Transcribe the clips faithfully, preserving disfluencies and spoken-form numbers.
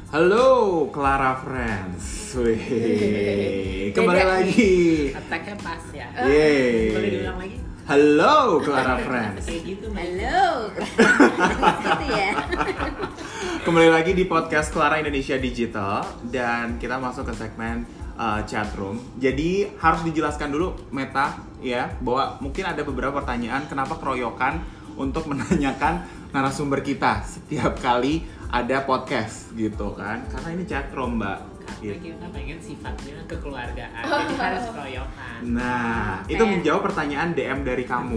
Halo Clara Friends, wih, kembali lagi. Attack-nya pas ya. Yeay. Boleh diulang lagi? Halo Clara Friends. Kayak gitu. Halo. Gitu ya. Kembali lagi di podcast Clara Indonesia Digital dan kita masuk ke segmen uh, chatroom. Jadi harus dijelaskan dulu Meta ya bahwa mungkin ada beberapa pertanyaan kenapa keroyokan untuk menanyakan narasumber kita setiap kali ada podcast gitu kan, karena ini chatroom mbak. Karena Gitu. kita pengen sifatnya kekeluargaan, jadi harus keroyokan. Nah, Oke. itu menjawab pertanyaan D M dari kamu.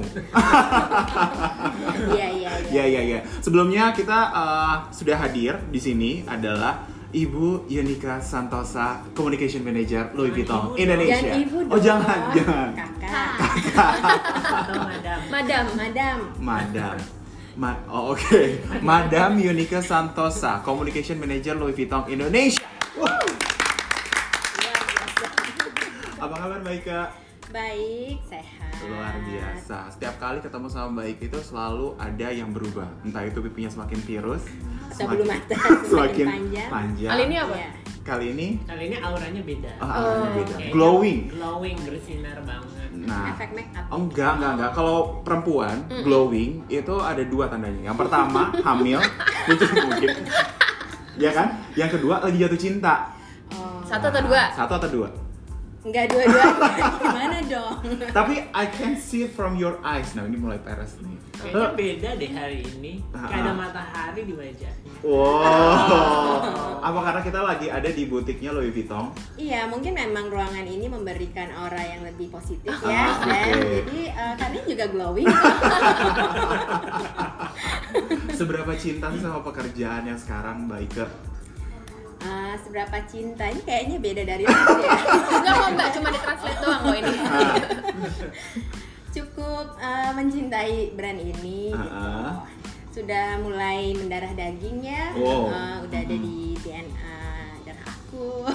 Iya iya iya. Ya ya ya. Sebelumnya kita uh, sudah hadir di sini adalah Ibu Yunika Santosa, Communication Manager Louis Vuitton Ibu Indonesia. Jangan ibu dong. Oh jangan, jangan. Kakak. Atau madam. Madam, madam. Madam. Ma- oh, oke. Okay. Madam Yunika Santosa, Communication Manager Louis Vuitton Indonesia. Woo. Luar biasa. Apa kabar Mbak Ika? Baik, sehat. Luar biasa. Setiap kali ketemu sama Mbak Ika itu selalu ada yang berubah. Entah itu pipinya semakin tirus, Atau bulu mata semakin semakin panjang. panjang. Kali ini apa? Iya. Kali ini Kali ini auranya beda. ah, auranya Oh. beda. Kayaknya Glowing. Glowing, bersinar banget. Nah, Efek make up. oh, enggak, enggak, enggak. Kalau perempuan glowing itu ada dua tandanya. Yang pertama hamil, itu mungkin. Ya kan? Yang kedua lagi jatuh cinta. Oh. Satu atau dua? Satu atau dua. Enggak dua-duanya. Gimana dong? Tapi I can see from your eyes. Nah, ini mulai peres nih. Kayaknya beda deh hari ini. Ah, Kayak ada ah. matahari di wajahnya. Wow. Apa karena kita lagi ada di butiknya Louis Vuitton? Iya, mungkin memang ruangan ini memberikan aura yang lebih positif Ah, ya. oke. Dan jadi uh, kalian juga glowing. Seberapa cinta sih sama pekerjaan yang sekarang, Mbak Ika? Uh, seberapa cinta ini kayaknya beda dari aku ya. Enggak kok mbak, cuma ditranslate doang kok ini. Ah. Cukup uh, mencintai brand ini. Ah, gitu. ah. Sudah mulai mendarah daging ya. Wow. Uh, udah ada di D N A darah aku.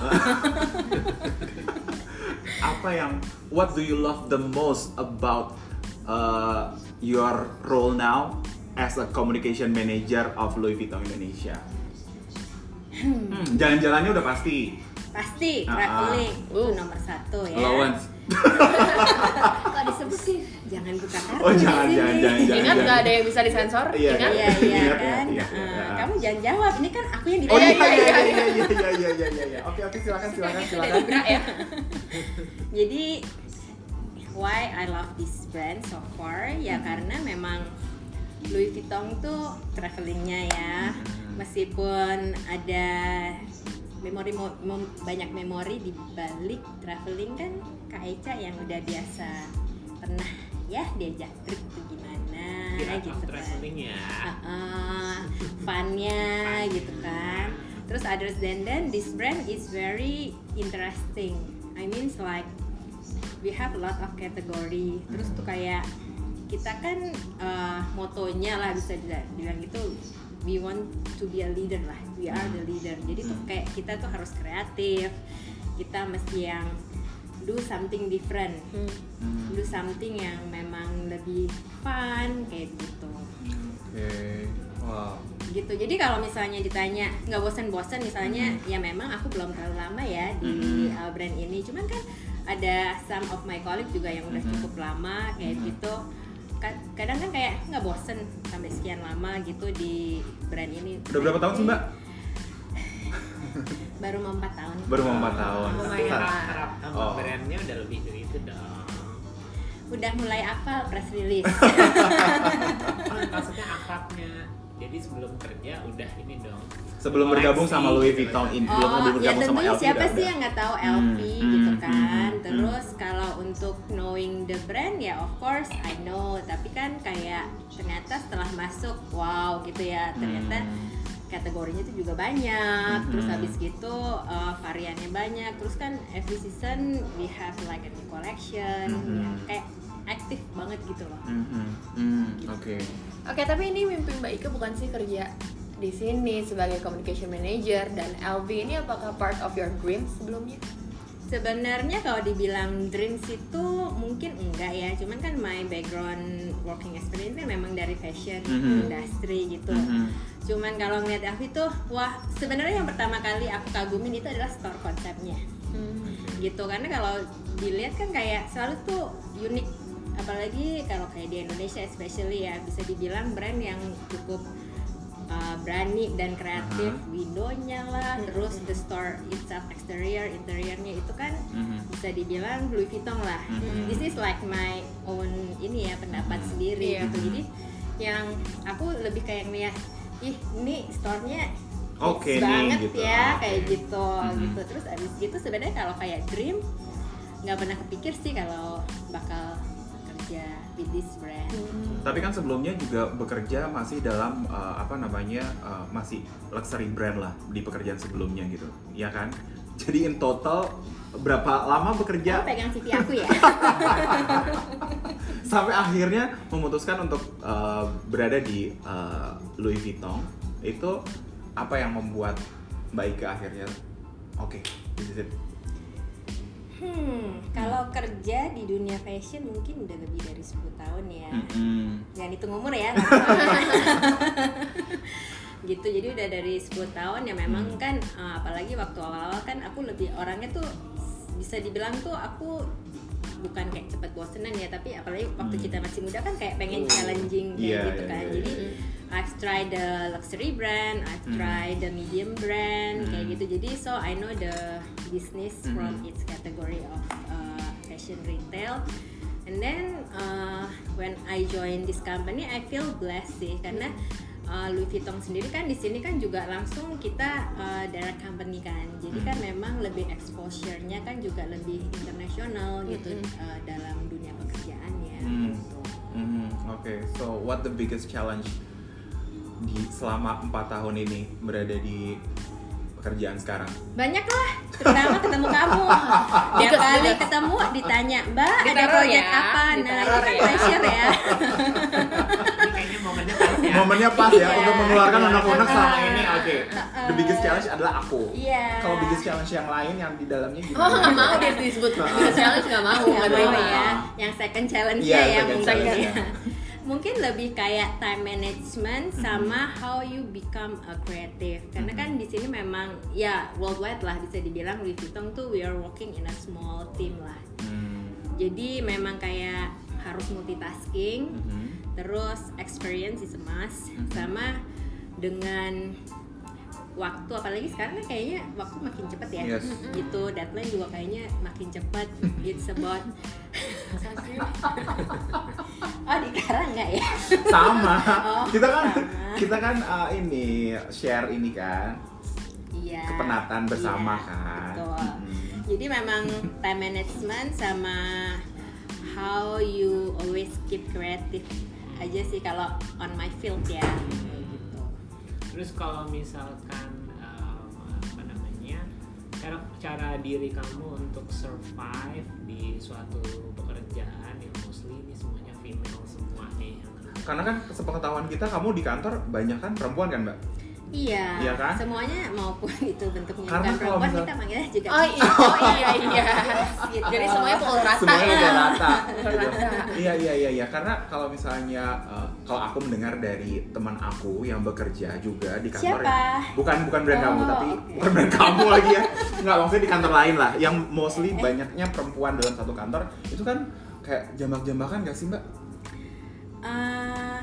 Apa yang what do you love the most about uh, your role now as a communication manager of Louis Vuitton Indonesia? Hmm, jalan-jalannya udah pasti. Pasti Ah, ah. traveling itu Uh. nomor satu ya. Allowance. Kok disebut sih? Jangan buka kartu. Oh, jangan, di sini. jangan, jangan, jangan. Ingat nggak ada yang bisa disensor? Iya, Ingat? Iya iya Ingat, kan. iya, Uh, iya. Kamu jangan jawab. Ini kan aku yang Oh ditanya. iya iya, iya iya, iya iya iya iya iya iya. Oke oke silakan silakan Dari silakan. gerak ya. Jadi why I love this brand so far ya karena memang Louis Vuitton tuh travelingnya ya, meskipun ada memori mo- mem- banyak memori di balik traveling kan Kak Eca yang udah biasa pernah ya diajak trip tuh gimana Kira gitu kan. traveling ya. Uh, funnya gitu kan. Terus other than that, this brand is very interesting. I mean it's like we have a lot of category. Terus tuh kayak kita kan uh, motonya lah bisa bilang gitu. We want to be a leader lah. We are the leader. Jadi tuh kayak kita tuh harus kreatif. Kita mesti yang do something different. Hmm. Do something yang memang lebih fun kayak gitu. Oke. Wow. Gitu. Jadi kalau misalnya ditanya nggak bosan-bosan misalnya Mm-hmm. ya memang aku belum terlalu lama ya di Mm-hmm. uh, brand ini. Cuman kan ada some of my colleague juga yang udah Mm-hmm. cukup lama kayak Mm-hmm. gitu. Ka- Kadang kan kayak nggak bosen sampai sekian lama gitu di brand ini. Udah berapa tahun sih Mbak? Baru mau empat tahun. Baru mau empat tahun. Lumayan Sa- akrab sama Oh. brandnya udah lebih dari itu dong. Udah mulai apa press release. Maksudnya akrabnya. Jadi sebelum kerja udah ini dong. Sebelum bergabung sama Louis Vuitton, in, belum Oh, belum ya bergabung sama tentunya L V siapa udah sih ada. yang nggak tahu L V Hmm, gitu hmm, kan. hmm, hmm, Terus kalau untuk knowing the brand ya of course I know. Tapi kan kayak ternyata setelah masuk wow gitu ya. Ternyata Hmm. kategorinya itu juga banyak. Terus Hmm. habis gitu uh, variannya banyak. Terus kan every season we have like a new collection. Hmm. Ya, kayak aktif banget gitu loh. Hmm, hmm, hmm, Oke. Oke, tapi ini mimpi Mbak Ika bukan sih kerja di sini sebagai communication manager dan L V ini apakah part of your dream sebelumnya? Sebenarnya kalau dibilang dreams itu mungkin enggak ya, cuman kan my background working experience kan memang dari fashion Mhm. industry gitu. Mhm. Cuman kalau ngeliat aku itu, wah sebenarnya yang pertama kali aku kagumin itu adalah store konsepnya, Hmm. gitu. Karena kalau dilihat kan kayak selalu tuh unik, apalagi kalau kayak di Indonesia especially ya, bisa dibilang brand yang cukup uh, berani dan kreatif. Aha. Windownya lah, Mhm. terus the store itself, exterior, interiornya itu kan Mhm. bisa dibilang Louis Vuitton lah. Mhm. This is like my own ini ya, pendapat Mhm. sendiri Iya. gitu. Jadi yang aku lebih kayak ngeliat, ih ini store-nya Oke hits nih, banget gitu. ya, Oke. kayak gitu Mhm. gitu. Terus abis gitu sebenarnya kalau kayak dream nggak pernah kepikir sih kalau bakal kerja with this brand. Hmm. Tapi kan sebelumnya juga bekerja masih dalam uh, apa namanya uh, masih luxury brand lah di pekerjaan sebelumnya gitu, ya kan? Jadi in total berapa lama Kamu bekerja pegang C V aku ya? sampai akhirnya memutuskan untuk uh, berada di uh, Louis Vuitton? Itu apa yang membuat Mbak Ika akhirnya oke, this is it? Hmm, kalau kerja di dunia fashion mungkin udah lebih dari sepuluh tahun ya. Mm-mm. Jangan hitung umur ya. Gitu, jadi udah dari sepuluh tahun ya memang Hmm. kan uh, apalagi waktu awal-awal kan aku lebih orangnya tuh bisa dibilang tuh aku bukan kayak cepet bosenan ya, tapi apalagi waktu Hmm. kita masih muda kan kayak pengen Oh. challenging kayak Iya, gitu iya, kan. iya, Jadi iya. I've tried the luxury brand, I've Hmm. tried the medium brand kayak Hmm. gitu. Jadi so I know the business Hmm. from its category of uh, fashion retail. And then uh, when I join this company, I feel blessed sih karena uh, Louis Vuitton sendiri kan di sini kan juga langsung kita uh, direct company kan. Jadi kan memang lebih exposure-nya kan juga lebih internasional gitu Mm-mm. uh, dalam dunia pekerjaannya. Hmm. Gitu. Mhm, Oke, so what the biggest challenge di selama empat tahun ini berada di pekerjaan sekarang? Banyak lah, terutama ketemu kamu. Tiap Juga, kali juga. ketemu ditanya, Mbak ada Diteror project ya, apa? Nah itu diteror kan ya. pressure ya. Ini kayaknya momennya pas ya. Momennya pas ya Iya. untuk mengeluarkan unek-unek selama Uh-uh. ini. Oke, the biggest challenge adalah aku. Iya. Kalau biggest challenge yang lain yang di dalamnya Oh gimana? nggak mau dia disebut biggest challenge nggak mau Nggak nggak mau mau ya, yang second challenge Iya, ya second mungkin challenge, ya. ya. Mungkin lebih kayak time management Mhm. sama how you become a creative. Karena Mhm. kan di sini memang ya worldwide lah bisa dibilang Louis Vuitton tuh we are working in a small team lah. Hmm. Jadi memang kayak harus multitasking. Mhm. Terus experience is a must, Mhm. sama dengan waktu, apalagi sekarang kan kayaknya waktu makin cepet ya. Yes. Gitu, deadline juga kayaknya makin cepet. It's about oh di Karang nggak ya? Sama. Oh, kita kan sama. kita kan uh, ini share ini kan Iya. kepenatan bersama Iya, kan. betul. Mhm. Jadi memang time management sama how you always keep creative aja sih kalau on my field ya. Gitu. Terus kalau misalkan um, apa namanya cara cara diri kamu untuk survive di suatu pekerjaan yang mostly ini semuanya female semua nih yang kerja. Karena kan sepengetahuan kita kamu di kantor banyak kan perempuan kan, Mbak? Iya, Iya kan? semuanya maupun itu bentuknya Karena bukan kalau perempuan misal- kita manggilnya juga oh iya oh iya iya gitu. jadi semuanya pukul rata Semuanya udah rata. Pukul gitu. rata. Iya iya iya iya karena kalau misalnya uh, kalau aku mendengar dari teman aku yang bekerja juga di kantor Siapa? yang- bukan bukan brand Oh, kamu tapi oke. bukan brand kamu lagi ya. Nggak, maksudnya di kantor lain lah yang mostly banyaknya perempuan dalam satu kantor itu kan kayak jambak-jambakan gak sih, Mbak? Uh,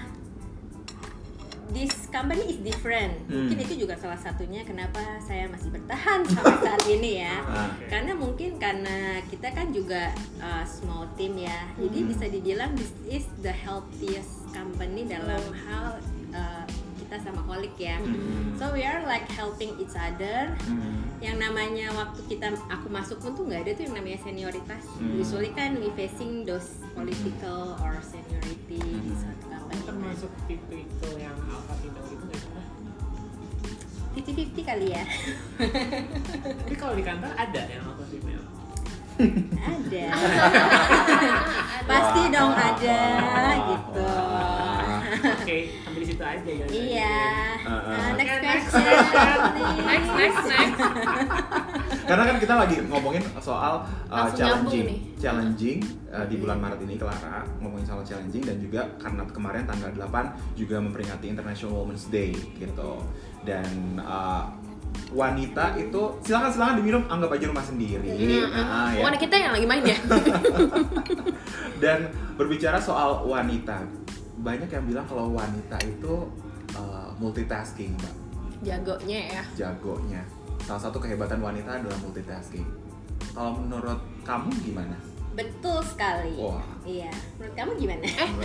this company is different. Hmm. Mungkin itu juga salah satunya kenapa saya masih bertahan sampai saat ini ya. Ah. Karena mungkin karena kita kan juga uh, small team ya. Jadi Hmm. bisa dibilang this is the healthiest company dalam hal uh, kita sama colleague ya. Hmm. So we are like helping each other. Hmm. Yang namanya waktu kita aku masuk pun tuh nggak ada tuh yang namanya senioritas. Hmm. Usually kan we facing those political or seniority di Hmm. suatu company. Kamu termasuk tipe itu yang alpha female gitu nggak sih? fifty fifty kali ya. Tapi kalau di kantor ada yang alpha female. Ada. Pasti dong ada gitu. Oke, sampai di situ aja ya. Iya. Uh, uh. Uh, next Oke, next question. Next, next, next. Karena kan kita lagi ngomongin soal uh, Langsung challenging, nyambung nih. challenging uh, di bulan Maret ini Clara ngomongin soal challenging dan juga karena kemarin tanggal delapan juga memperingati International Women's Day gitu. Dan uh, wanita itu silakan silakan diminum, anggap aja rumah sendiri. Hmm, Nah, ya. Bukan kita yang lagi main ya. Dan berbicara soal wanita, banyak yang bilang kalau wanita itu uh, multitasking, Mbak. Jagonya ya. Jagonya. Salah satu kehebatan wanita adalah multitasking. Kalau menurut kamu gimana? Betul sekali. Wah. Iya. Menurut kamu gimana?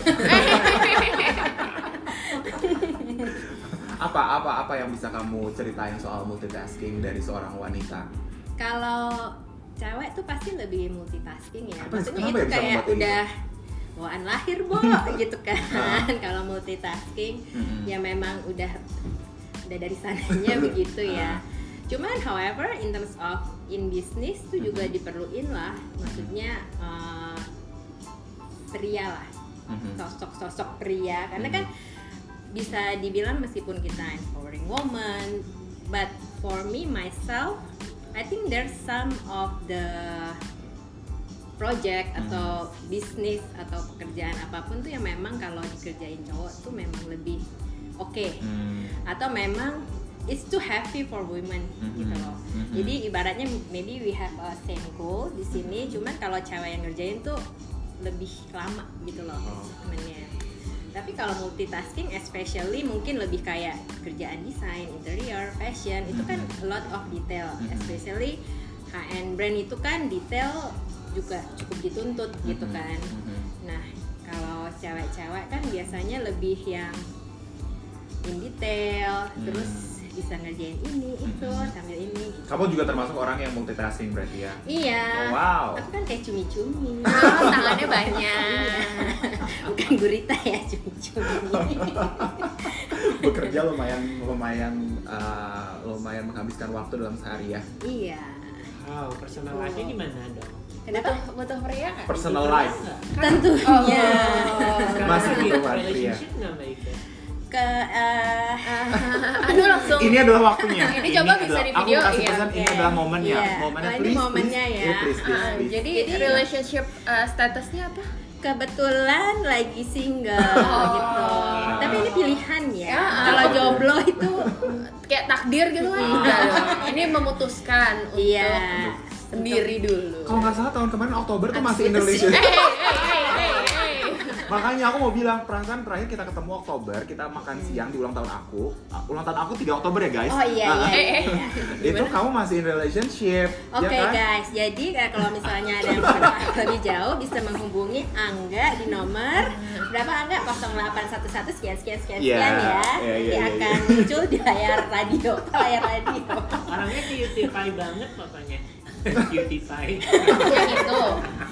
apa apa apa yang bisa kamu ceritain soal multitasking dari seorang wanita? Kalau cewek tuh pasti lebih multitasking ya. Apa- Maksudnya kenapa itu ya bisa kayak membuat ini? udah bawaan lahir, Bo, gitu kan. Kalau multitasking Mm-mm. ya memang udah udah dari sananya begitu ya. Cuman however in terms of in business tuh juga Mhm. diperluin lah. Maksudnya uh, pria lah. Mhm. Sosok-sosok pria karena Mhm. kan bisa dibilang meskipun kita empowering woman, but for me myself I think there's some of the project atau bisnis atau pekerjaan apapun tuh yang memang kalau dikerjain cowok tuh memang lebih oke Hmm. atau memang it's too heavy for women Mhm. gitu loh. Mhm. Jadi ibaratnya maybe we have a same goal di sini, cuman kalau cewek yang ngerjain tuh lebih lama gitu loh Oh. sebenarnya. Tapi kalau multitasking especially mungkin lebih kayak kerjaan desain, interior, fashion itu kan a lot of detail, Mhm. especially high-end brand itu kan detail juga cukup dituntut gitu Mhm. kan. Mhm. Nah, kalau cewek-cewek kan biasanya lebih yang in detail, Hmm. terus bisa ngerjain ini itu Hmm. sambil ini gitu. Kamu juga termasuk orang yang multitasking berarti ya? Iya. Oh, wow. Aku kan kayak cumi-cumi. Oh, tangannya banyak. Bukan gurita ya, cumi-cumi. Bekerja lumayan lumayan uh, lumayan menghabiskan waktu dalam sehari ya. Iya. Wow, personal life-nya gimana dong? Kenapa? Butuh, butuh pria nggak? Personal Itu life. nggak? Tentunya. Oh. Sekarang Masih lagi perempuan pria. relationship nggak Mbak Ika? Ke eh, Aduh langsung. Ini adalah waktunya. Ini coba bisa adalah- di Aku video, kasih iya, pesan ini oke. adalah momennya. Iya. Momennya Oh, ini please, momennya please. ya. Yeah, please, please, Ah, please. jadi, Jadi- relationship uh, statusnya apa? kebetulan lagi single Oh. gitu. Tapi ini pilihan ya. Ya, Kalau ah. jomblo itu Kayak takdir gitu kan? Ah. Enggak dong. Ini memutuskan untuk iya. sendiri dulu. Kalau nggak salah tahun kemarin Oktober tuh masih in Aku- relationship. Hey, hey, hey, hey, hey. Makanya aku mau bilang, perasaan terakhir kita ketemu Oktober, kita makan siang di ulang tahun aku. Uh, Ulang tahun aku tiga Oktober ya guys. Oh iya Ah, iya. Eh, iya, eh. iya. Itu kamu masih in relationship, Oke ya kan? guys, jadi eh, kalau misalnya ada yang mau lebih jauh bisa menghubungi Angga di nomor berapa Angga? nol delapan satu satu sekian sekian sekian Iya, sekian ya. iya, Nanti iya, iya, akan muncul di layar radio, layar radio. Orangnya cutie pie banget pokoknya. Cutie pie. Yang itu.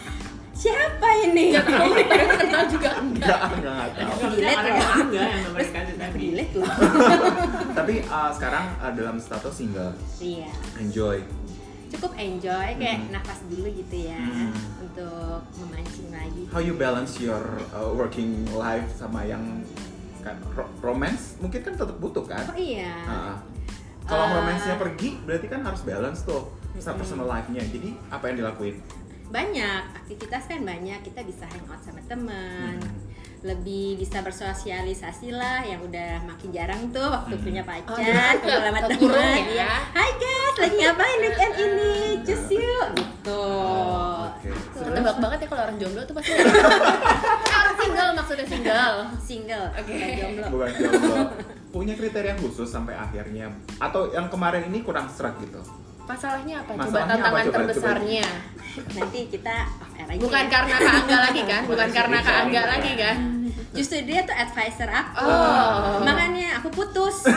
Siapa ini? Gak tahu, padahal kenal juga enggak. Enggak, enggak, enggak tahu. Delete Orangnya ya? Angga yang nomor Terus kasih tadi. relate loh. Tapi uh, sekarang uh, dalam status single, Iya. enjoy. Cukup enjoy kayak Hmm. nafas dulu gitu ya Hmm. untuk memancing lagi. How you balance your uh, working life sama yang kan, ro- romance mungkin kan tetap butuh kan? Oh iya. Ah. Kalau Uh, romance-nya pergi berarti kan harus balance tuh sama Mm-mm. personal life-nya. Jadi apa yang dilakuin? Banyak aktivitas kan banyak, kita bisa hangout sama teman, Hmm. lebih bisa bersosialisasi lah yang udah makin jarang tuh waktu Hmm. punya Oh, pacar, gitu. kumpul sama Kekurung teman. ya. Iya. Hai guys, lagi ngapain weekend ini? Cus yuk gitu. Oh, oke. Ketebak banget ya kalau orang jomblo tuh pasti orang single maksudnya single. Single, Oke. bukan jomblo. Bukan jomblo. Punya kriteria khusus sampai akhirnya atau yang kemarin ini kurang serak gitu? Masalahnya apa? Coba Masalahnya apa? tantangan Coba, terbesarnya. Nanti kita off air aja. Bukan ya. karena Kak Angga lagi kan? Bukan karena Kak Angga lagi kan? Justru dia tuh advisor aku. Oh. Makanya aku putus.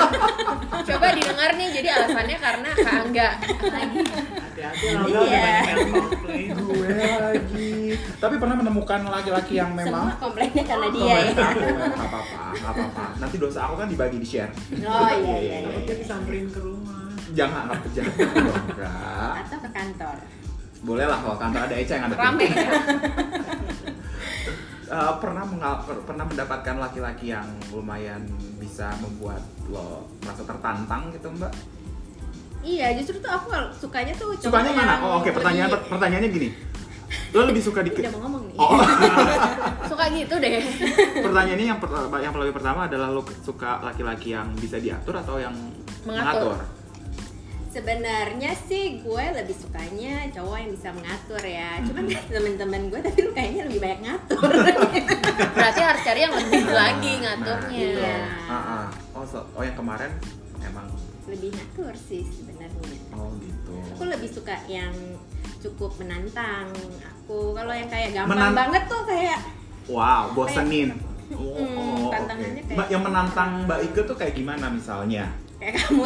Coba didengar nih, jadi alasannya karena Kak Angga. Hati-hati loh, Iya. udah banyak yang komplain. Gue lagi. Tapi pernah menemukan laki-laki yang memang Semua komplainnya karena dia ya. aku nggak apa-apa, nggak apa-apa. Nanti dosa aku kan dibagi di share. Oh iya iya. iya. Kita disamperin ke rumah. Jangan, jangan dong, enggak. Atau ke kantor. Boleh lah kalau kantor ada Eca yang ada. Rame ya? uh, pernah mengal- per- pernah mendapatkan laki-laki yang lumayan bisa membuat lo merasa tertantang gitu Mbak? Iya, justru tuh aku sukanya tuh cowok Sukanya mana? yang Oh oke, pertanyaan lebih- pertanyaannya gini. Lo lebih suka di Udah mau ngomong nih. Oh. Suka gitu deh. Pertanyaannya yang per- yang paling pertama adalah lo suka laki-laki yang bisa diatur atau yang Mengatur. mengatur? Sebenarnya sih gue lebih sukanya cowok yang bisa mengatur ya. Cuman Mhm. kan temen-temen gue tapi lu kayaknya lebih banyak ngatur. Berarti harus cari yang lebih lagi Nah, ngaturnya. itu. Iya. Ah, ah. Oh, so- oh yang kemarin emang. Lebih ngatur sih sebenarnya. Oh gitu. Aku lebih suka yang cukup menantang aku. Kalau yang kayak gampang Menan- banget tuh kayak Wow, bosenin. Oh, Hmm, oh, oke. tantangannya kayak- Mbak, yang menantang Mbak Ike tuh kayak gimana misalnya? kayak kamu.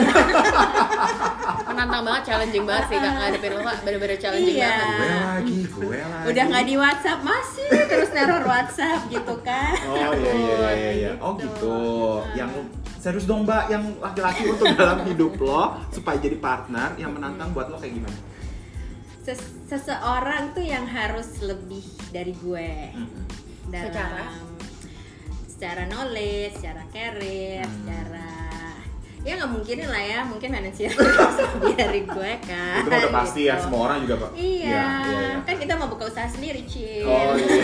Menantang banget, challenging banget sih kak ngadepin lo kak, bener-bener challenging Iya. banget. Gue lagi, gue lagi. Udah nggak di WhatsApp masih terus neror WhatsApp gitu kan. Oh iya iya iya iya. Oh gitu. Yang serius dong Mbak, yang laki-laki untuk dalam hidup lo supaya jadi partner yang menantang buat lo kayak gimana? Ses- seseorang tuh yang harus lebih dari gue Mm-mm. dalam Secara? secara knowledge, secara career, Hmm. secara ya nggak mungkinin lah ya, mungkin finansial harus lebih dari gue kan. Itu mah udah pasti ya, gitu. semua orang juga Pak. Iya, iya, iya. kan kita mau buka usaha sendiri, Cil. Oh iya.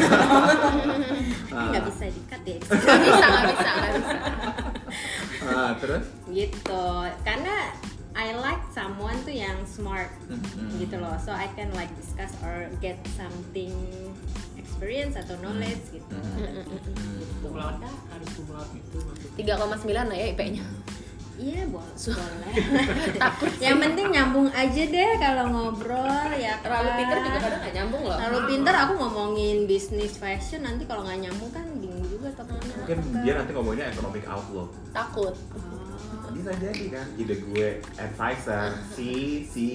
Ini nggak bisa di-cut ya. Gak bisa, gak bisa, gak bisa. Ah, terus? Gitu, karena I like someone tuh yang smart Mm-mm. gitu loh, so I can like discuss or get something experience atau knowledge gitu. Mm-mm. Gitu. Kumlaut dah, harus kumlaut itu maksudnya. tiga koma sembilan lah ya I P-nya. Iya boleh, boleh. Yang penting nyambung aja deh kalau ngobrol ya. Terlalu kan? pinter juga kadang gak nyambung loh. Terlalu pinter aku ngomongin bisnis fashion, nanti kalau nggak nyambung kan bingung juga topiknya. Mungkin apa. dia nanti ngomongnya economic outlook. Takut. Oh. Bisa jadi kan, ide gue advisor si si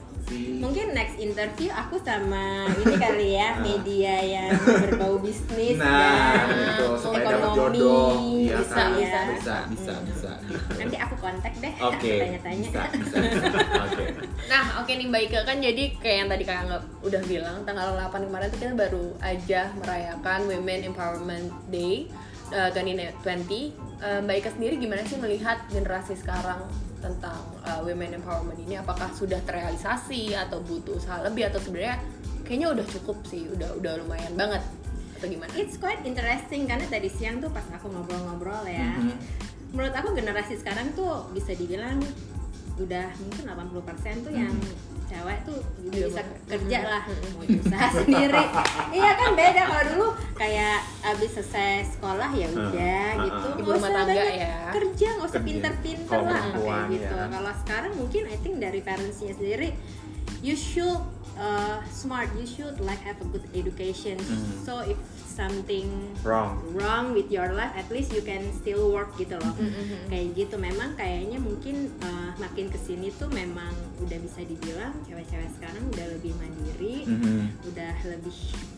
si. Mungkin next interview aku sama ini kali ya, Nah. media yang berbau bisnis Nah, dan gitu supaya dapat ekonomi, jodoh, iya bisa, kan? bisa. bisa, bisa, bisa. gitu. Nanti aku kontak deh, Oke, tanya-tanya. bisa, bisa, bisa. Oke. Nah, oke nih Mbak Ike, kan jadi kayak yang tadi Kak Anggap udah bilang, tanggal delapan kemarin tuh kita baru aja merayakan Women Empowerment Day uh, dua ribu dua puluh. Uh, Mbak Ike sendiri gimana sih melihat generasi sekarang tentang uh, Women Empowerment ini? Apakah sudah terrealisasi atau butuh usaha lebih, atau sebenarnya kayaknya udah cukup sih, udah udah lumayan banget, atau gimana? It's quite interesting karena tadi siang tuh pas aku ngobrol-ngobrol ya, Mhm. menurut aku generasi sekarang tuh bisa dibilang udah mungkin delapan puluh persen tuh yang cewek tuh Iya, bisa banget. kerja lah, Mhm. mau usaha sendiri. Iya kan beda kalau dulu kayak abis selesai sekolah ya udah Uh, uh, gitu, uh. Ibu nggak rumah usah tangga banyak ya. kerja, nggak usah Kerja. pinter-pinter Kalau lah perempuan, kayak gitu. ya. Kalau sekarang mungkin I think dari parentsnya sendiri, you should uh, smart, you should like have a good education. Mhm. So if something Wrong. wrong with your life, at least you can still work gitu loh. Mhm. Kayak gitu. Memang kayaknya mungkin uh, makin kesini tuh memang udah bisa dibilang cewek-cewek sekarang udah lebih mandiri, Mhm. udah lebih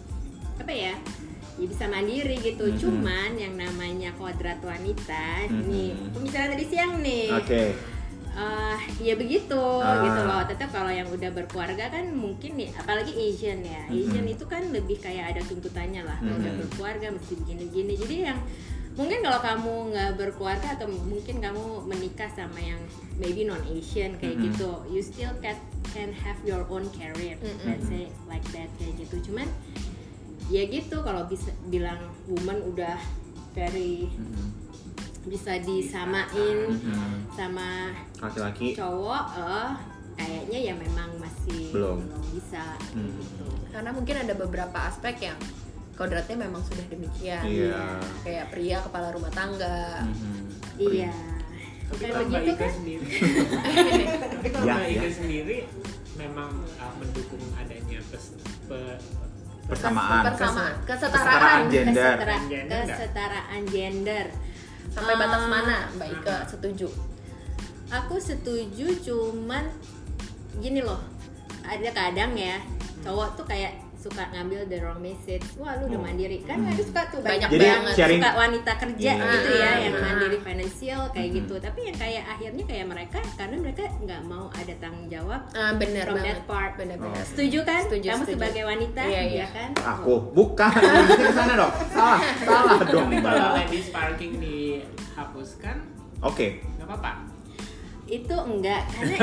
apa ya? Ya bisa mandiri gitu. Mhm. Cuman yang namanya kodrat wanita, ini Mhm. pembicaraan tadi siang nih. Oke. Uh, ya begitu Ah. gitu loh. Tetap kalau yang udah berkeluarga kan mungkin nih, apalagi Asian ya. Mhm. Asian itu kan lebih kayak ada tuntutannya lah. Kalau udah Mhm. berkeluarga mesti begini-gini. Jadi yang mungkin kalau kamu nggak berkeluarga atau mungkin kamu menikah sama yang maybe non Asian kayak Mhm. gitu, you still can can have your own career. Mhm. Let's say like that kayak gitu. Cuman ya gitu, kalau bisa bilang woman udah very Mhm. bisa disamain Mhm. sama Laki-laki. cowok, eh kayaknya ya memang masih Belum. bisa Hmm. gitu. Karena mungkin ada beberapa aspek yang kodratnya memang sudah demikian. Iya. Kayak pria kepala rumah tangga. Mhm. Iya. Tapi Bukan kalau Mbak begitu Ike kan? sendiri, tapi kalau Ya, Mbak Ike ya. sendiri memang uh, mendukung adanya pes, pe, Persamaan. Persamaan, Kesetaraan kesetaraan. gender. Kesetara- Gender nggak? kesetaraan gender. Sampai batas Ah. mana Mbak Ike setuju? Aku setuju, cuman gini loh, ada kadang ya cowok tuh kayak suka ngambil the wrong message. Wah, lu udah Oh. mandiri kan? Ada suka tuh Banyak Jadi banget. sharing- suka wanita kerja Iya. gitu ya, Ah, yang ah. mandiri finansial kayak Mhm. gitu. Tapi yang kayak akhirnya kayak mereka karena mereka nggak mau ada tanggung jawab Ah, bener from banget. that part. Bener-bener. Oh. Setuju kan? Setuju, Kamu setuju. sebagai wanita, Iya, iya. ya kan? Aku bukan, nanti ke sana dong. Salah, salah dong. Tapi Mbak. kalau ladies parking dihapuskan, Oke. nggak apa-apa. Itu enggak, karena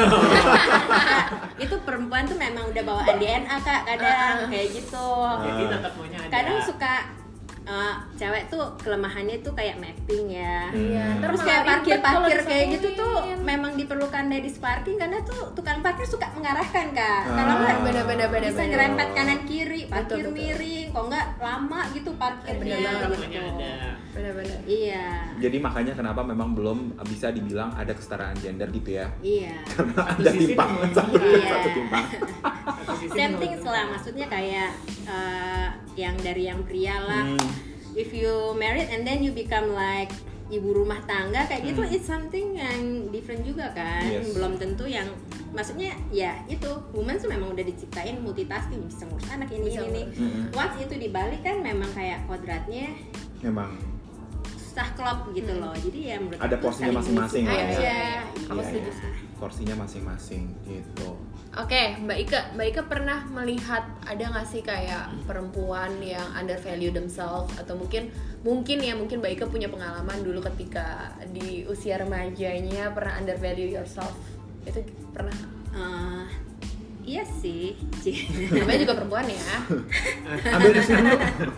itu perempuan tuh memang udah bawaan D N A kak, kadang kayak gitu. Jadi Ah. tetap maunya ada. Kadang suka uh, cewek tuh kelemahannya tuh kayak mapping ya. Iya, Hmm. ntar Terus malah kayak ribet parkir-parkir kalau kayak gitu tuh disatuin. memang diperlukan ladies parking karena tuh tukang parkir suka mengarahkan kak. Ah. Kalau nggak Bener-bener, bisa bener-bener. nyerempet kanan kiri, parkir Betul, betul. miring, kok nggak lama gitu Bener parkirnya banget, gitu. maunya ada. Bener-bener. Iya, Jadi makanya kenapa memang belum bisa dibilang ada kesetaraan gender gitu ya? iya. Satu Ada sisi timpangan memang satu, iya. satu timpang. Satu sisi Same memang thing betul. lah, maksudnya kayak uh, yang dari yang pria lah. Hmm. If you married and then you become like ibu rumah tangga kayak gitu, Hmm. it's something yang different juga kan. Yes. Belum tentu yang maksudnya ya itu woman tuh memang udah diciptain multitasking, bisa ngurus anak ini Bisa ini ini. Mm-mm. Once itu dibalik kan memang kayak kodratnya Memang susah klop gitu loh. Jadi ya menurut Ada aku porsinya saling masing-masing mengisi lah ya. aja. Iya, aku Iya. setuju sih. porsinya masing-masing gitu. Oke, Mbak Ika, Mbak Ika pernah melihat ada nggak sih kayak perempuan yang undervalue themselves atau mungkin mungkin ya mungkin Mbak Ika punya pengalaman dulu ketika di usia remajanya pernah undervalue yourself itu pernah? Eh, iya sih. Namanya juga perempuan ya. Ambil di sini dulu.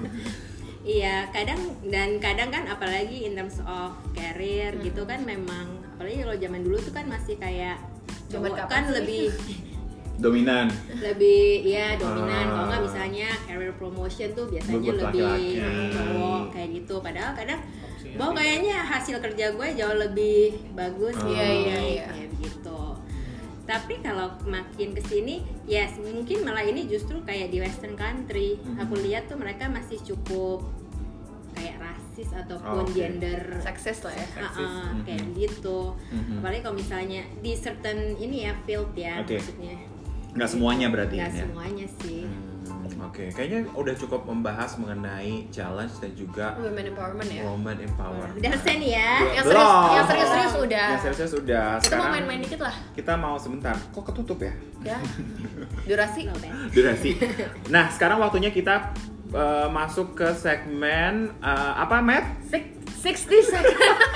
Iya, kadang dan kadang kan apalagi in terms of career Hmm. gitu kan memang apalagi kalau zaman dulu tuh kan masih kayak Zaman cowok kapan kan sih? lebih Dominan. lebih ya dominan. Ah. Kalau nggak misalnya career promotion tuh biasanya Buat lebih laki-laki. cowok kayak gitu. Padahal kadang Opsinya bahwa tidak. kayaknya hasil kerja gue jauh lebih bagus Ah. gitu, Iya, iya, iya. kayak gitu. Tapi kalau makin kesini, yes mungkin malah ini justru kayak di Western country. Mhm. Aku lihat tuh mereka masih cukup kayak rasis ataupun Oh, oke. gender Sukses lah ya. uh, uh, Mhm. kayak gitu. Mhm. Apalagi kalau misalnya di certain ini ya field ya Oke. maksudnya. Nggak semuanya berarti Nggak ya? semuanya sih. Hmm, Oke, kayaknya udah cukup membahas mengenai challenge dan juga Women empowerment ya. woman empowerment. Udah selesai nih ya. Yang Belum. serius, yang serius-serius udah. Yang serius udah. Kita mau Sekarang main-main dikit lah. kita mau sebentar. Kok ketutup ya? Ya. Durasi. Slow deh. Durasi. Nah, sekarang waktunya kita uh, masuk ke segmen uh, apa, Matt? Six- sixty second.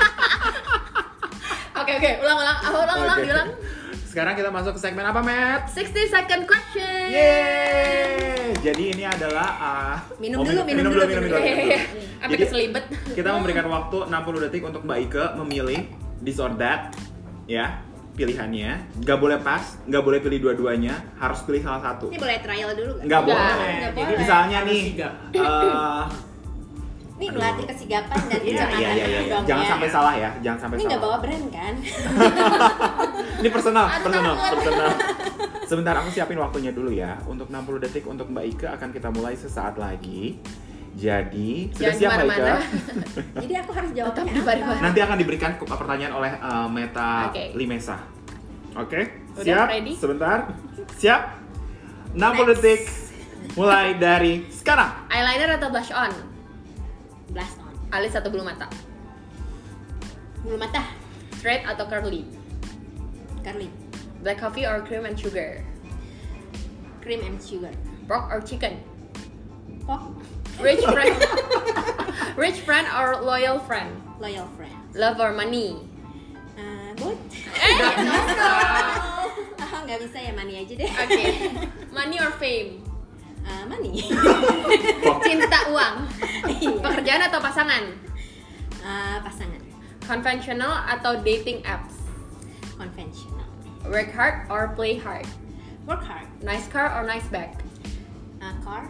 Oke oke, ulang-ulang. Apa ulang-ulang Oke. diulang? Sekarang kita masuk ke segmen apa, Matt? sixty second question. Yeay! Jadi ini adalah uh, Minum oh, dulu, minum dulu, minum dulu. minum minum Iya, dulu. Sampai Jadi- keselibet. Kita memberikan waktu enam puluh detik untuk Mbak Ike memilih this or that, ya, pilihannya. Nggak boleh pas, nggak boleh pilih dua-duanya, harus pilih salah satu. Ini boleh trial dulu nggak? Nggak Nggak. boleh. Nggak Jadi boleh. misalnya Harus nih, sigap. eh, Ini melatih kesigapan dan iya, kecerdasan iya, iya, iya. dong Jangan ya. sampai salah ya, jangan sampai Ini nggak salah. bawa brand kan? Ini personal, Aduh, personal, takut. personal. Sebentar, aku siapin waktunya dulu ya. Untuk enam puluh detik untuk Mbak Ike akan kita mulai sesaat lagi. Jadi, sudah Jangan siap Mbak Ike? kemana-mana. Jadi aku harus jawabnya Tetap di apa? bari-bari. Nanti akan diberikan ke- pertanyaan oleh uh, Meta Oke. Limesa. Oke? Udah Siap? ready? Sebentar. Siap? enam puluh Next. detik. Mulai dari sekarang. Eyeliner atau blush on? Blast on. Alis atau bulu mata? Bulu mata. Straight atau curly? Curly. Black coffee or cream and sugar? Cream and sugar. Pork or chicken? Pork. Rich friend Rich friend or loyal friend? Loyal friend. Love or money? Uh, both. Eh, Ah, nggak bisa ya, money aja deh. Oke. Money or fame? Uh, money. Cinta uang? Iya. Pekerjaan atau pasangan? Uh, pasangan. Conventional atau dating apps? Conventional. Work hard or play hard? Work hard. Nice car or nice bag? Uh, car.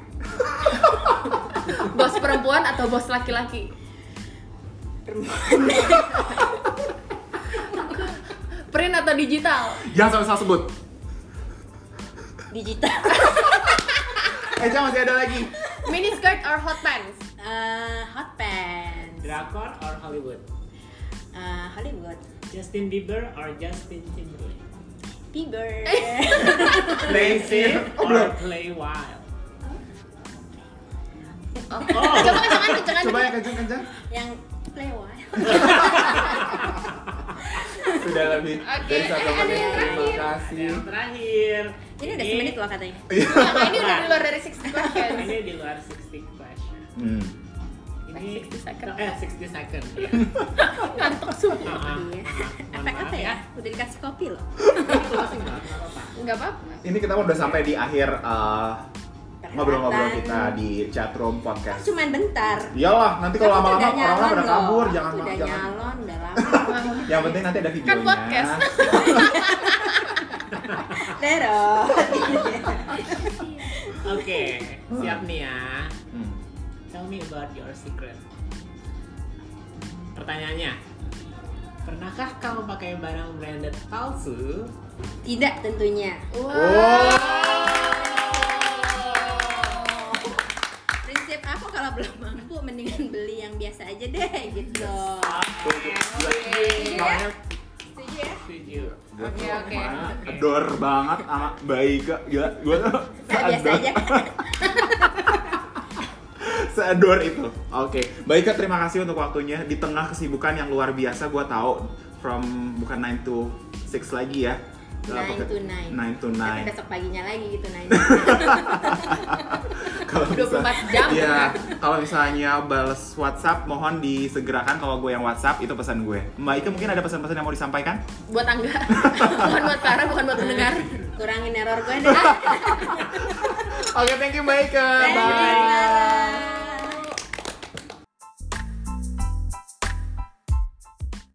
Bos perempuan atau bos laki-laki? Perempuan. Print atau digital? Jangan sampai salah sebut. Digital. Eh, jangan, masih ada lagi. Mini skirt or hot pants? Uh, hot pants. Drakor or Hollywood? Uh, Hollywood. Justin Bieber or Justin Timberlake? Bieber. Play safe Oh, or belum. play wild? Oh. Coba kencengan, kencengan. Coba yang kencang-kencang. Yang play a while. Sudah lebih Oke, dari satu eh, ada menit. yang Terima Yang kasih. terakhir. Ini udah semenit loh katanya. Nah, ini udah di luar dari sixty questions. Ini di luar sixty question. Hmm. Ini sixty second. Eh sixty second. Ya. Ngantuk semua. Ah, ah, Iya. ah, mohon Efek maaf apa ya? Udah dikasih kopi loh. Ini closing banget, nggak apa-apa. Enggak apa-apa. Ini kita udah sampai di akhir uh, ngobrol-ngobrol kita di chatroom Kan podcast. cuman bentar. Iyalah, nanti kalau Aku tuh lama-lama udah orang-orang nyalon pada loh. kabur, Aku jangan udah jangan. nyalon, udah lama. Yang penting nanti ada videonya. Kan podcast. Dero. Oke, siap nih ya. Hmm. Tell me about your secret. Pertanyaannya, pernahkah kamu pakai barang branded palsu? Tidak tentunya. Prinsip aku kalau belum mampu mendingan beli yang biasa aja deh gitu. Oke, Setuju ya? Setuju ya? setuju. Gua Oke, tuh oke. mana adore banget sama Mbak Ika. Gila, gua tuh Saya biasa seadore- aja. seadore itu. Oke, Mbak Ika, terima kasih untuk waktunya di tengah kesibukan yang luar biasa. Gua tahu from bukan nine to six lagi ya. nine to nine. nine to Tapi nine. besok paginya lagi gitu nine. Kalau dua puluh empat misal- jam. Iya, kalau misalnya balas WhatsApp, mohon disegerakan. Kalau gue yang WhatsApp, itu pesan gue. Mbak Ika, mungkin ada pesan-pesan yang mau disampaikan? Buat Angga. Bukan buat Clara, bukan buat pendengar. Kurangin error gue deh. Oke, thank you Mbak Ika. Thank you, Bye. Clara.